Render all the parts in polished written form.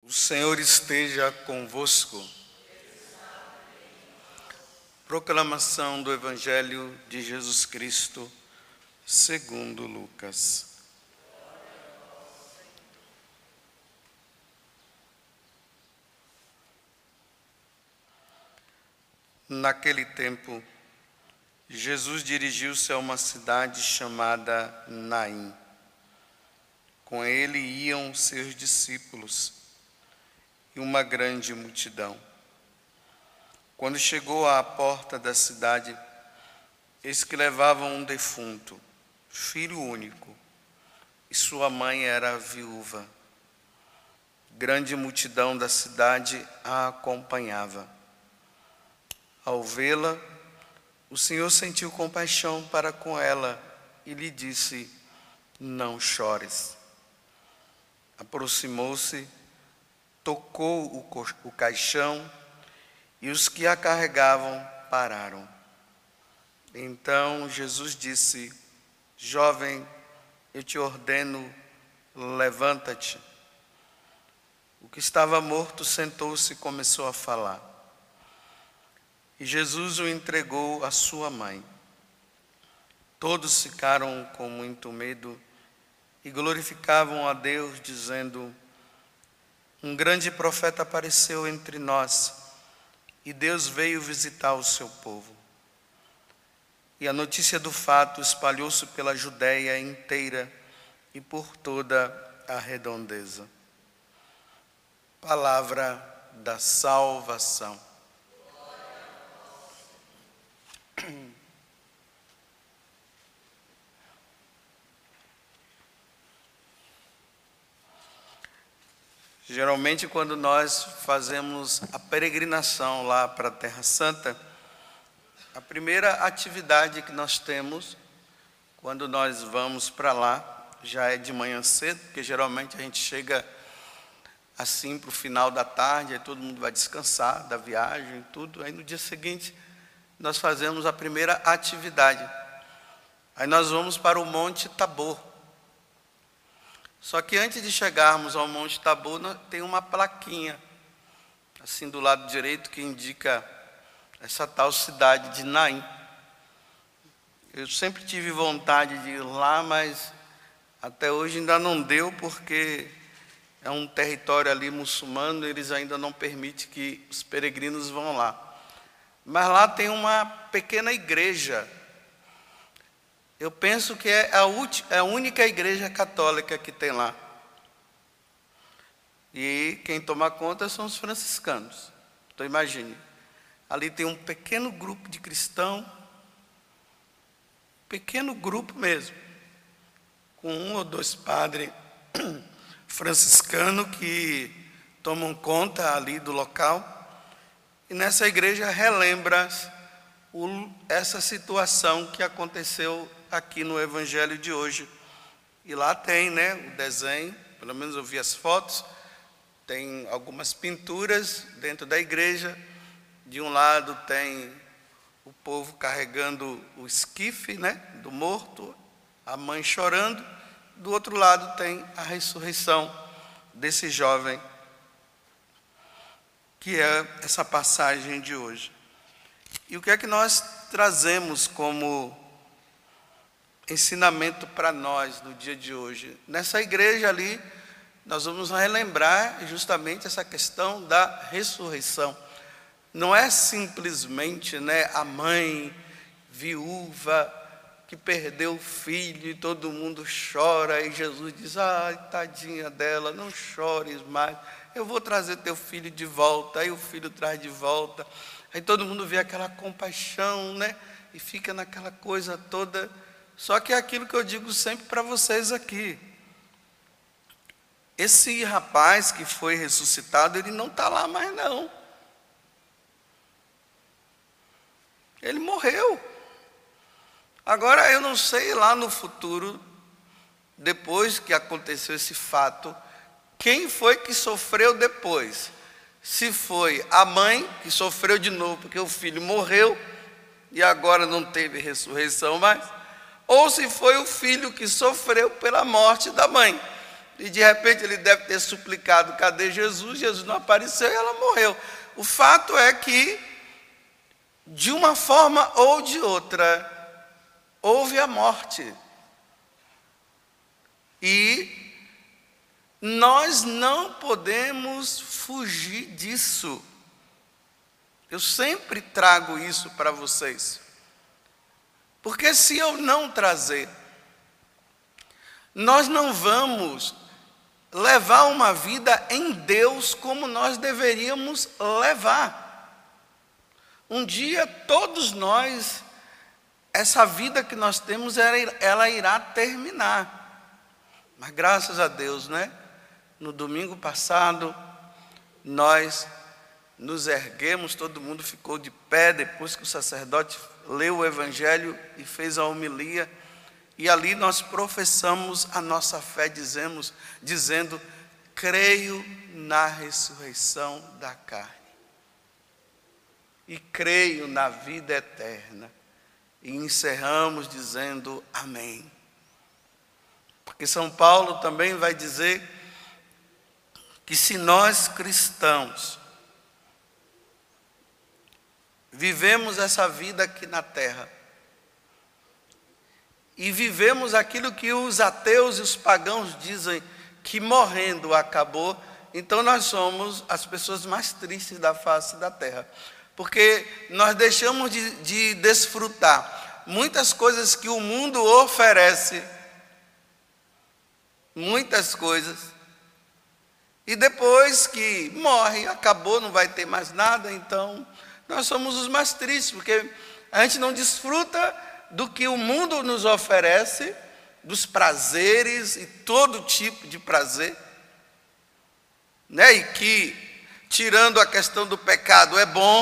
O Senhor esteja convosco. Proclamação do Evangelho de Jesus Cristo, segundo Lucas. Naquele tempo, Jesus dirigiu-se a uma cidade chamada Naim. Com ele iam seus discípulos e uma grande multidão. Quando chegou à porta da cidade, eis que levavam um defunto, filho único, e sua mãe era viúva. Grande multidão da cidade a acompanhava. Ao vê-la, o Senhor sentiu compaixão para com ela e lhe disse: não chores. Aproximou-se, tocou o caixão e os que a carregavam pararam. Então Jesus disse: jovem, eu te ordeno, levanta-te. O que estava morto sentou-se e começou a falar. E Jesus o entregou à sua mãe. Todos ficaram com muito medo e glorificavam a Deus, dizendo: um grande profeta apareceu entre nós, e Deus veio visitar o seu povo. E a notícia do fato espalhou-se pela Judéia inteira e por toda a redondeza. Palavra da salvação. Geralmente, quando nós fazemos a peregrinação lá para a Terra Santa, a primeira atividade que nós temos quando nós vamos para lá já é de manhã cedo, porque geralmente a gente chega assim para o final da tarde, aí todo mundo vai descansar da viagem e tudo. Aí no dia seguinte nós fazemos a primeira atividade. Aí nós vamos para o Monte Tabor. Só que antes de chegarmos ao Monte Tabor, tem uma plaquinha, assim do lado direito, que indica essa tal cidade de Naim. Eu sempre tive vontade de ir lá, mas até hoje ainda não deu, porque é um território ali muçulmano, eles ainda não permitem que os peregrinos vão lá. Mas lá tem uma pequena igreja. Eu penso que é a única igreja católica que tem lá. E quem toma conta são os franciscanos. Então imagine, ali tem um pequeno grupo de cristãos, pequeno grupo mesmo, com um ou dois padres franciscanos que tomam conta ali do local. E nessa igreja relembra essa situação que aconteceu aqui no Evangelho de hoje. E lá tem, o desenho, pelo menos eu vi as fotos, tem algumas pinturas dentro da igreja. De um lado tem o povo carregando o esquife, do morto, a mãe chorando. Do outro lado tem a ressurreição desse jovem, que é essa passagem de hoje. E o que é que nós trazemos como ensinamento para nós no dia de hoje? Nessa igreja ali, nós vamos relembrar justamente essa questão da ressurreição. Não é simplesmente a mãe viúva que perdeu o filho e todo mundo chora, e Jesus diz: ai, tadinha dela, não chores mais, eu vou trazer teu filho de volta. Aí o filho traz de volta, aí todo mundo vê aquela compaixão, e fica naquela coisa toda. Só que é aquilo que eu digo sempre para vocês aqui: esse rapaz que foi ressuscitado, ele não está lá mais não. Ele morreu. Agora eu não sei lá no futuro, depois que aconteceu esse fato, quem foi que sofreu depois. Se foi a mãe que sofreu de novo porque o filho morreu e agora não teve ressurreição mais, ou se foi o filho que sofreu pela morte da mãe. E de repente ele deve ter suplicado: cadê Jesus? Jesus não apareceu e ela morreu. O fato é que, de uma forma ou de outra, houve a morte. E nós não podemos fugir disso. Eu sempre trago isso para vocês. Porque se eu não trazer, nós não vamos levar uma vida em Deus como nós deveríamos levar. Um dia todos nós, essa vida que nós temos, ela irá terminar. Mas graças a Deus, né? No domingo passado, nós nos erguemos, todo mundo ficou de pé depois que o sacerdote leu o evangelho e fez a homilia. E ali nós professamos a nossa fé, dizendo: creio na ressurreição da carne. E creio na vida eterna. E encerramos dizendo amém. Porque São Paulo também vai dizer que se nós cristãos vivemos essa vida aqui na terra, e vivemos aquilo que os ateus e os pagãos dizem, que morrendo acabou, então nós somos as pessoas mais tristes da face da terra. Porque nós deixamos de desfrutar muitas coisas que o mundo oferece, muitas coisas, e depois que morre, acabou, não vai ter mais nada, então nós somos os mais tristes, porque a gente não desfruta do que o mundo nos oferece, dos prazeres e todo tipo de prazer, né? E que, tirando a questão do pecado, é bom.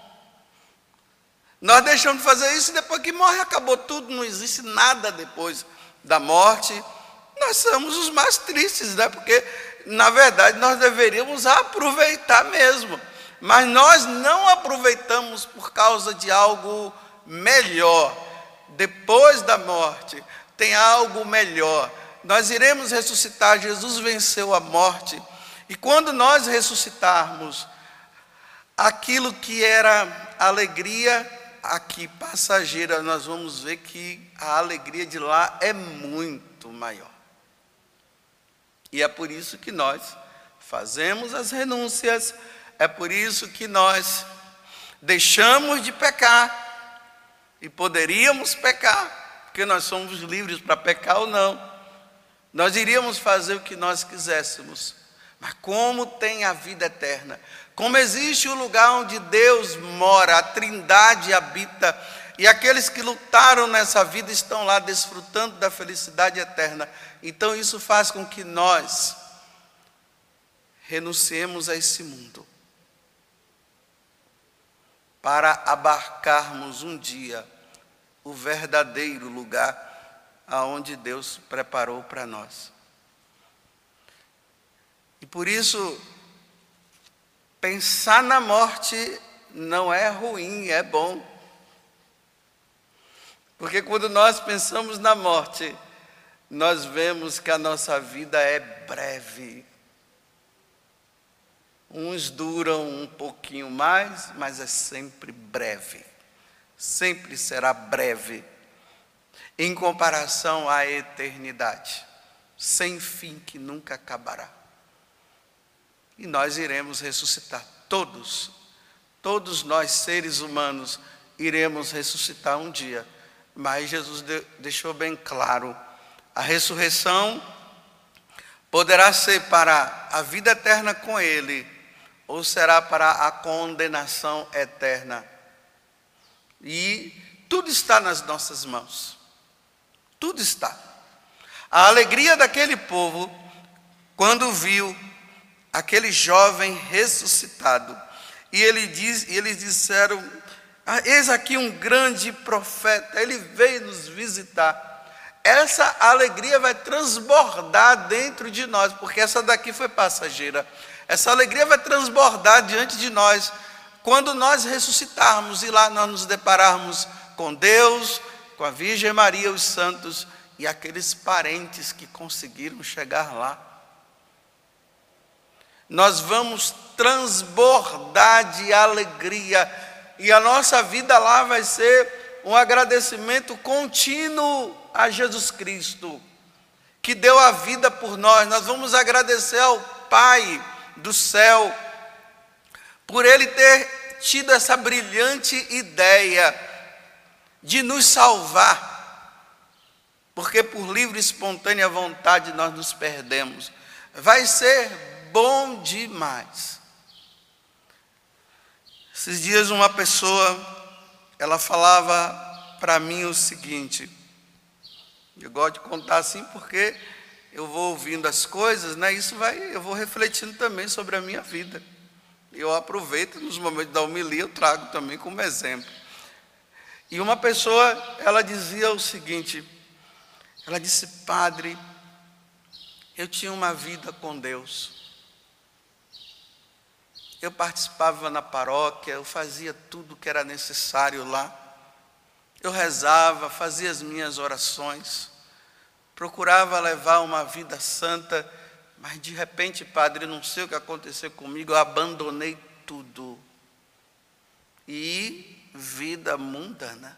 Nós deixamos de fazer isso e depois que morre acabou tudo, não existe nada depois da morte. Nós somos os mais tristes, né? Porque na verdade nós deveríamos aproveitar mesmo, mas nós não aproveitamos por causa de algo melhor. Depois da morte, tem algo melhor. Nós iremos ressuscitar. Jesus venceu a morte. E quando nós ressuscitarmos, aquilo que era alegria aqui passageira, nós vamos ver que a alegria de lá é muito maior. E é por isso que nós fazemos as renúncias, é por isso que nós deixamos de pecar. E poderíamos pecar, porque nós somos livres para pecar ou não. Nós iríamos fazer o que nós quiséssemos. Mas como tem a vida eterna, como existe o lugar onde Deus mora, a Trindade habita, e aqueles que lutaram nessa vida estão lá desfrutando da felicidade eterna. Então isso faz com que nós renunciemos a esse mundo, para abarcarmos um dia o verdadeiro lugar aonde Deus preparou para nós. E por isso, pensar na morte não é ruim, é bom. Porque quando nós pensamos na morte, nós vemos que a nossa vida é breve. Uns duram um pouquinho mais, mas é sempre breve. Sempre será breve, em comparação à eternidade, sem fim que nunca acabará. E nós iremos ressuscitar, todos nós seres humanos iremos ressuscitar um dia. Mas Jesus deixou bem claro, a ressurreição poderá ser para a vida eterna com Ele, ou será para a condenação eterna. E tudo está nas nossas mãos. Tudo está. A alegria daquele povo, quando viu aquele jovem ressuscitado, e eles disseram: eis aqui um grande profeta, ele veio nos visitar. Essa alegria vai transbordar dentro de nós, porque essa daqui foi passageira. Essa alegria vai transbordar diante de nós, quando nós ressuscitarmos e lá nós nos depararmos com Deus, com a Virgem Maria, os santos e aqueles parentes que conseguiram chegar lá. nós vamos transbordar de alegria. E a nossa vida lá vai ser um agradecimento contínuo a Jesus Cristo, que deu a vida por nós. Nós vamos agradecer ao Pai do céu, por Ele ter tido essa brilhante ideia de nos salvar. Porque por livre e espontânea vontade nós nos perdemos. Vai ser bom demais. Esses dias uma pessoa, ela falava para mim o seguinte, eu gosto de contar assim porque eu vou ouvindo as coisas, né? Eu vou refletindo também sobre a minha vida. Eu aproveito nos momentos da homilia, eu trago também como exemplo. E uma pessoa, ela dizia o seguinte, ela disse: padre, eu tinha uma vida com Deus. Eu participava na paróquia, eu fazia tudo que era necessário lá. Eu rezava, fazia as minhas orações, procurava levar uma vida santa, mas de repente, padre, não sei o que aconteceu comigo, eu abandonei tudo. E vida mundana.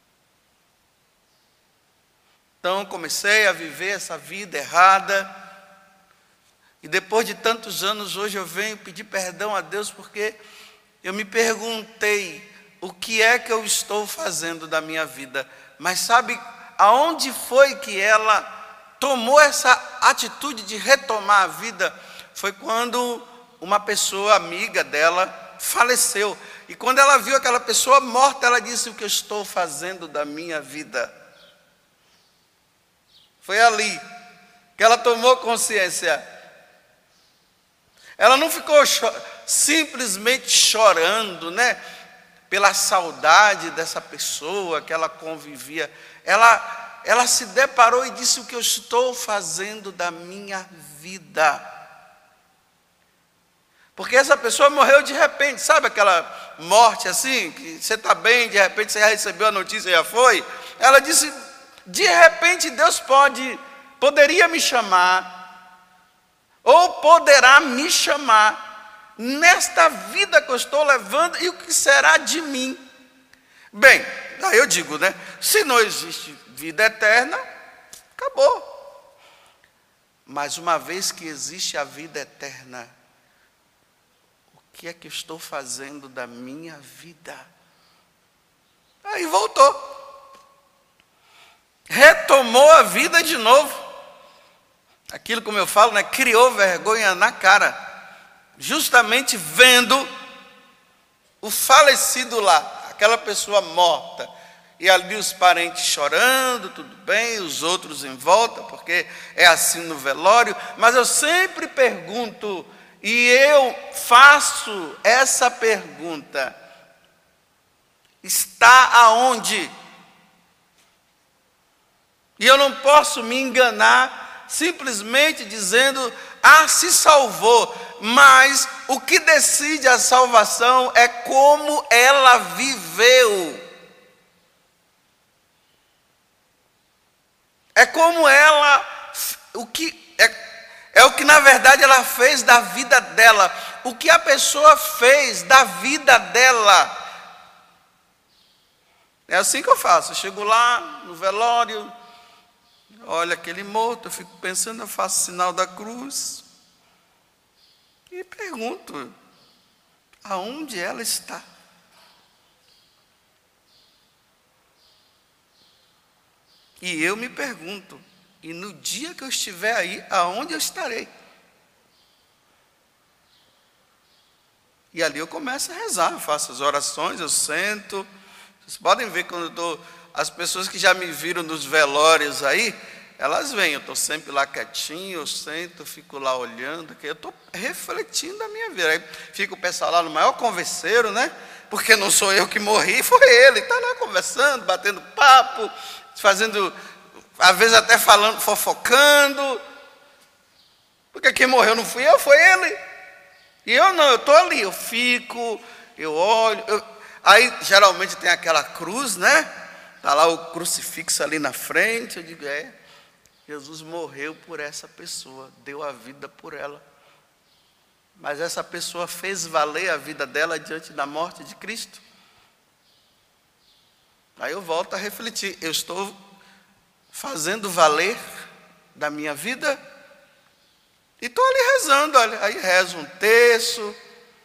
Então comecei a viver essa vida errada. E depois de tantos anos, hoje eu venho pedir perdão a Deus, porque eu me perguntei o que é que eu estou fazendo da minha vida. Mas sabe aonde foi que ela tomou essa atitude de retomar a vida? Foi quando uma pessoa amiga dela faleceu. E quando ela viu aquela pessoa morta, ela disse: o que eu estou fazendo da minha vida? Foi ali que ela tomou consciência. Ela não ficou simplesmente chorando, né, pela saudade dessa pessoa que ela convivia. Ela se deparou e disse: o que eu estou fazendo da minha vida? Porque essa pessoa morreu de repente, sabe aquela morte assim, que você está bem, de repente você já recebeu a notícia e já foi? Ela disse: de repente Deus poderia me chamar, ou poderá me chamar nesta vida que eu estou levando, e o que será de mim? Bem, daí eu digo, né? Se não existe vida eterna, acabou. Mas uma vez que existe a vida eterna, o que é que eu estou fazendo da minha vida? Aí voltou. Retomou a vida de novo. Aquilo, como eu falo, né, criou vergonha na cara, justamente vendo o falecido lá, aquela pessoa morta, e ali os parentes chorando, tudo bem, os outros em volta, porque é assim no velório. Mas eu sempre pergunto, e eu faço essa pergunta: está aonde? E eu não posso me enganar simplesmente dizendo: ah, se salvou. Mas o que decide a salvação é como ela viveu. É como ela, o que na verdade ela fez da vida dela. O que a pessoa fez da vida dela. É assim que eu faço. Eu chego lá no velório, olha aquele morto, eu fico pensando, eu faço sinal da cruz e pergunto: aonde ela está? E eu me pergunto: e no dia que eu estiver aí, aonde eu estarei? E ali eu começo a rezar, eu faço as orações, eu sento. Vocês podem ver quando eu estou, as pessoas que já me viram nos velórios aí, elas vêm, eu estou sempre lá quietinho, eu sento, eu fico lá olhando, eu estou refletindo a minha vida. Aí fica o pessoal lá no maior converseiro, né? Porque não sou eu que morri, foi ele. Está lá conversando, batendo papo, fazendo, às vezes até falando, fofocando. Porque quem morreu não fui eu, foi ele. E eu não, eu estou ali, eu fico, eu olho. Aí geralmente tem aquela cruz, né? Está lá o crucifixo ali na frente. Eu digo: Jesus morreu por essa pessoa, deu a vida por ela. Mas essa pessoa fez valer a vida dela diante da morte de Cristo? Aí eu volto a refletir, eu estou fazendo valer da minha vida? E estou ali rezando, olha, aí rezo um terço,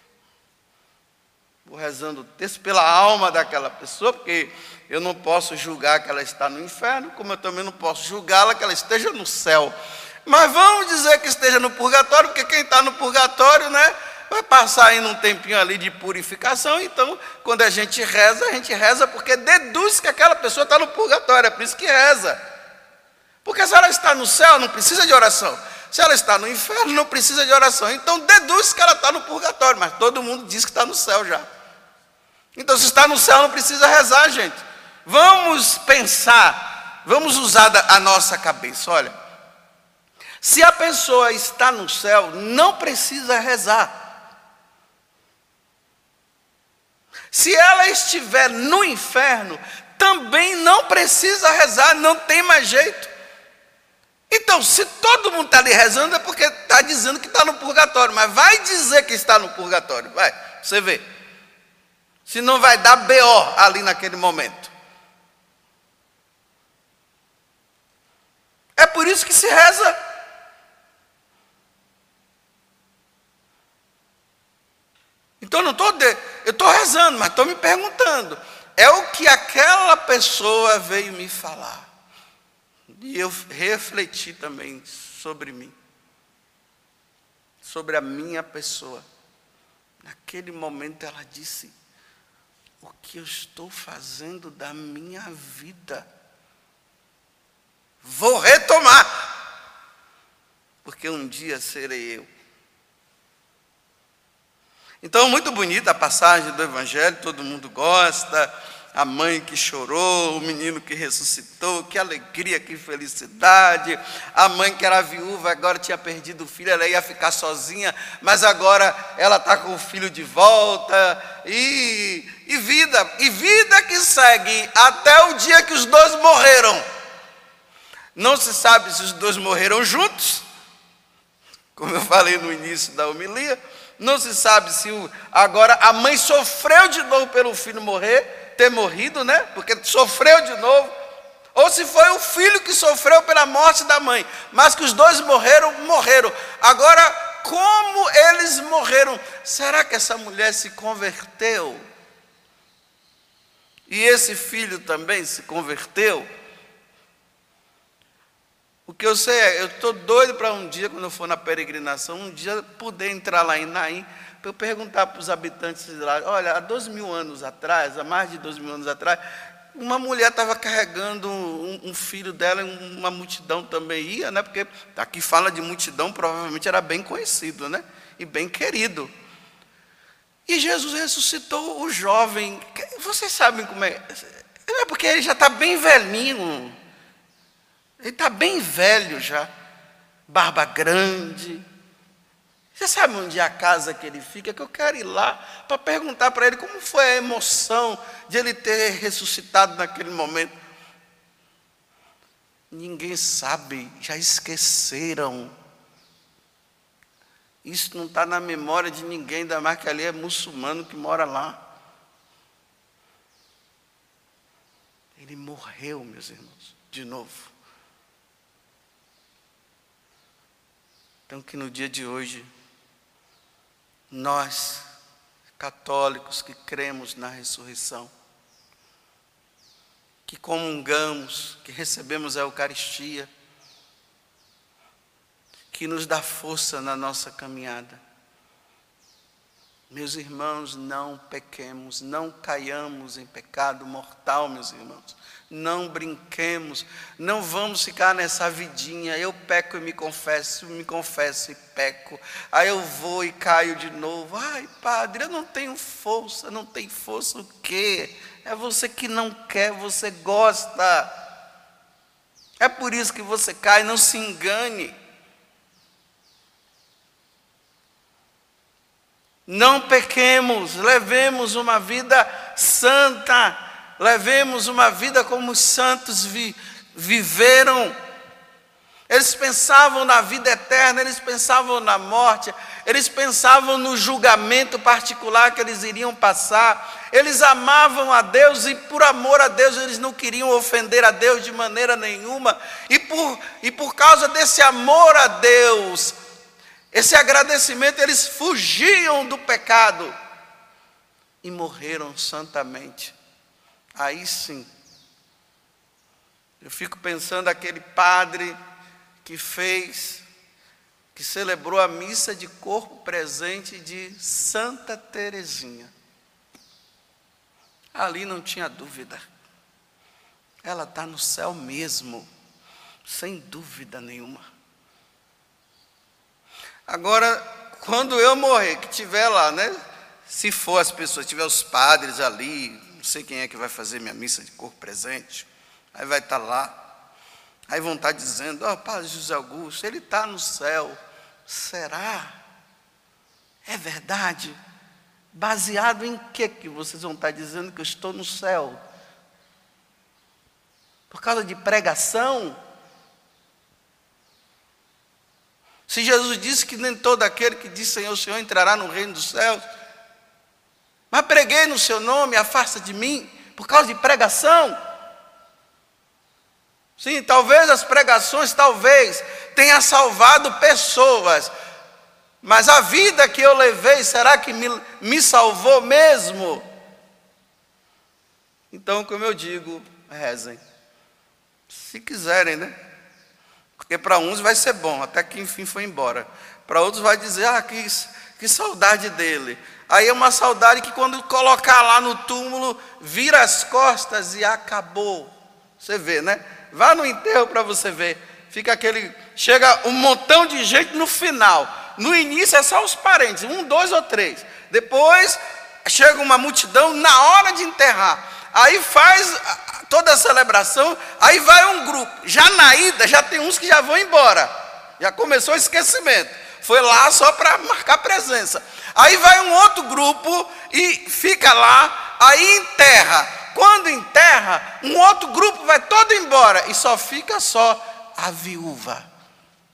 vou rezando o terço pela alma daquela pessoa, porque eu não posso julgar que ela está no inferno, como eu também não posso julgá-la que ela esteja no céu. Mas vamos dizer que esteja no purgatório, porque quem está no purgatório, né, vai passar ainda um tempinho ali de purificação. Então, quando a gente reza porque deduz que aquela pessoa está no purgatório, é por isso que reza. Porque se ela está no céu, não precisa de oração. Se ela está no inferno, não precisa de oração. Então, deduz que ela está no purgatório, mas todo mundo diz que está no céu já. Então, se está no céu, não precisa rezar, gente. Vamos pensar, vamos usar a nossa cabeça. Olha, se a pessoa está no céu, não precisa rezar. Se ela estiver no inferno, também não precisa rezar, não tem mais jeito. Então, se todo mundo está ali rezando, é porque está dizendo que está no purgatório, mas vai dizer que está no purgatório, vai, você vê. Se não vai dar BO ali naquele momento. É por isso que se reza. Então eu estou rezando, mas estou me perguntando, é o que aquela pessoa veio me falar. E eu refleti também sobre mim, sobre a minha pessoa. Naquele momento ela disse, o que eu estou fazendo da minha vida? Vou retomar, porque um dia serei eu. Então, muito bonita a passagem do Evangelho, todo mundo gosta. A mãe que chorou, o menino que ressuscitou, que alegria, que felicidade. A mãe que era viúva, agora tinha perdido o filho, ela ia ficar sozinha, mas agora ela está com o filho de volta. E vida que segue até o dia que os dois morreram. Não se sabe se os dois morreram juntos, como eu falei no início da homilia. Não se sabe se agora a mãe sofreu de novo pelo filho ter morrido, né? Porque sofreu de novo. Ou se foi o filho que sofreu pela morte da mãe. Mas que os dois morreram. Agora, como eles morreram? Será que essa mulher se converteu? E esse filho também se converteu? O que eu sei é, eu estou doido para um dia, quando eu for na peregrinação, um dia poder entrar lá em Naim, para eu perguntar para os habitantes de lá, olha, há 2.000 anos atrás, há mais de 2.000 anos atrás, uma mulher estava carregando um filho dela, uma multidão também ia, né? Porque aqui fala de multidão, provavelmente era bem conhecido, né? E bem querido. E Jesus ressuscitou o jovem. Vocês sabem como é? É porque ele já está bem velhinho. Ele está bem velho já, barba grande. Você sabe onde é a casa que ele fica? Que eu quero ir lá para perguntar para ele como foi a emoção de ele ter ressuscitado naquele momento. Ninguém sabe, já esqueceram. Isso não está na memória de ninguém, ainda mais que ali é muçulmano que mora lá. Ele morreu, meus irmãos, de novo. Então, que no dia de hoje, nós, católicos que cremos na ressurreição, que comungamos, que recebemos a Eucaristia, que nos dá força na nossa caminhada. Meus irmãos, não pequemos, não caiamos em pecado mortal, meus irmãos. Não brinquemos, não vamos ficar nessa vidinha, eu peco e me confesso e peco. Aí eu vou e caio de novo. Ai, padre, eu não tenho força. Não tem força o quê? É você que não quer, você gosta. É por isso que você cai, não se engane. Não pequemos, levemos uma vida santa. Levemos uma vida como os santos viveram. Eles pensavam na vida eterna, eles pensavam na morte, eles pensavam no julgamento particular que eles iriam passar. Eles amavam a Deus e por amor a Deus eles não queriam ofender a Deus de maneira nenhuma. E por causa desse amor a Deus, esse agradecimento, eles fugiam do pecado e morreram santamente. Aí sim, eu fico pensando aquele padre que celebrou a missa de corpo presente de Santa Teresinha. Ali não tinha dúvida. Ela está no céu mesmo, sem dúvida nenhuma. Agora, quando eu morrer, que tiver lá, né? Se for as pessoas, tiver os padres ali, não sei quem é que vai fazer minha missa de corpo presente, aí vai estar lá. Aí vão estar dizendo, Padre José Augusto, ele está no céu. Será? É verdade? Baseado em que vocês vão estar dizendo que eu estou no céu? Por causa de pregação? Se Jesus disse que nem todo aquele que diz Senhor, Senhor entrará no reino dos céus. Mas preguei no seu nome, afasta de mim, por causa de pregação? Sim, talvez as pregações, tenha salvado pessoas, mas a vida que eu levei, será que me salvou mesmo? Então, como eu digo, rezem, se quiserem, né? Porque para uns vai ser bom, até que enfim foi embora. Para outros vai dizer, que saudade dele. Aí é uma saudade que quando colocar lá no túmulo, vira as costas e acabou. Você vê, né? Vá no enterro para você ver. Chega um montão de gente no final. No início é só os parentes, 1, 2 ou 3. Depois chega uma multidão na hora de enterrar. Aí faz toda a celebração, aí vai um grupo. Já na ida, já tem uns que já vão embora. Já começou o esquecimento. Foi lá só para marcar presença. Aí vai um outro grupo e fica lá, aí enterra. Quando enterra, um outro grupo vai todo embora e só fica a viúva.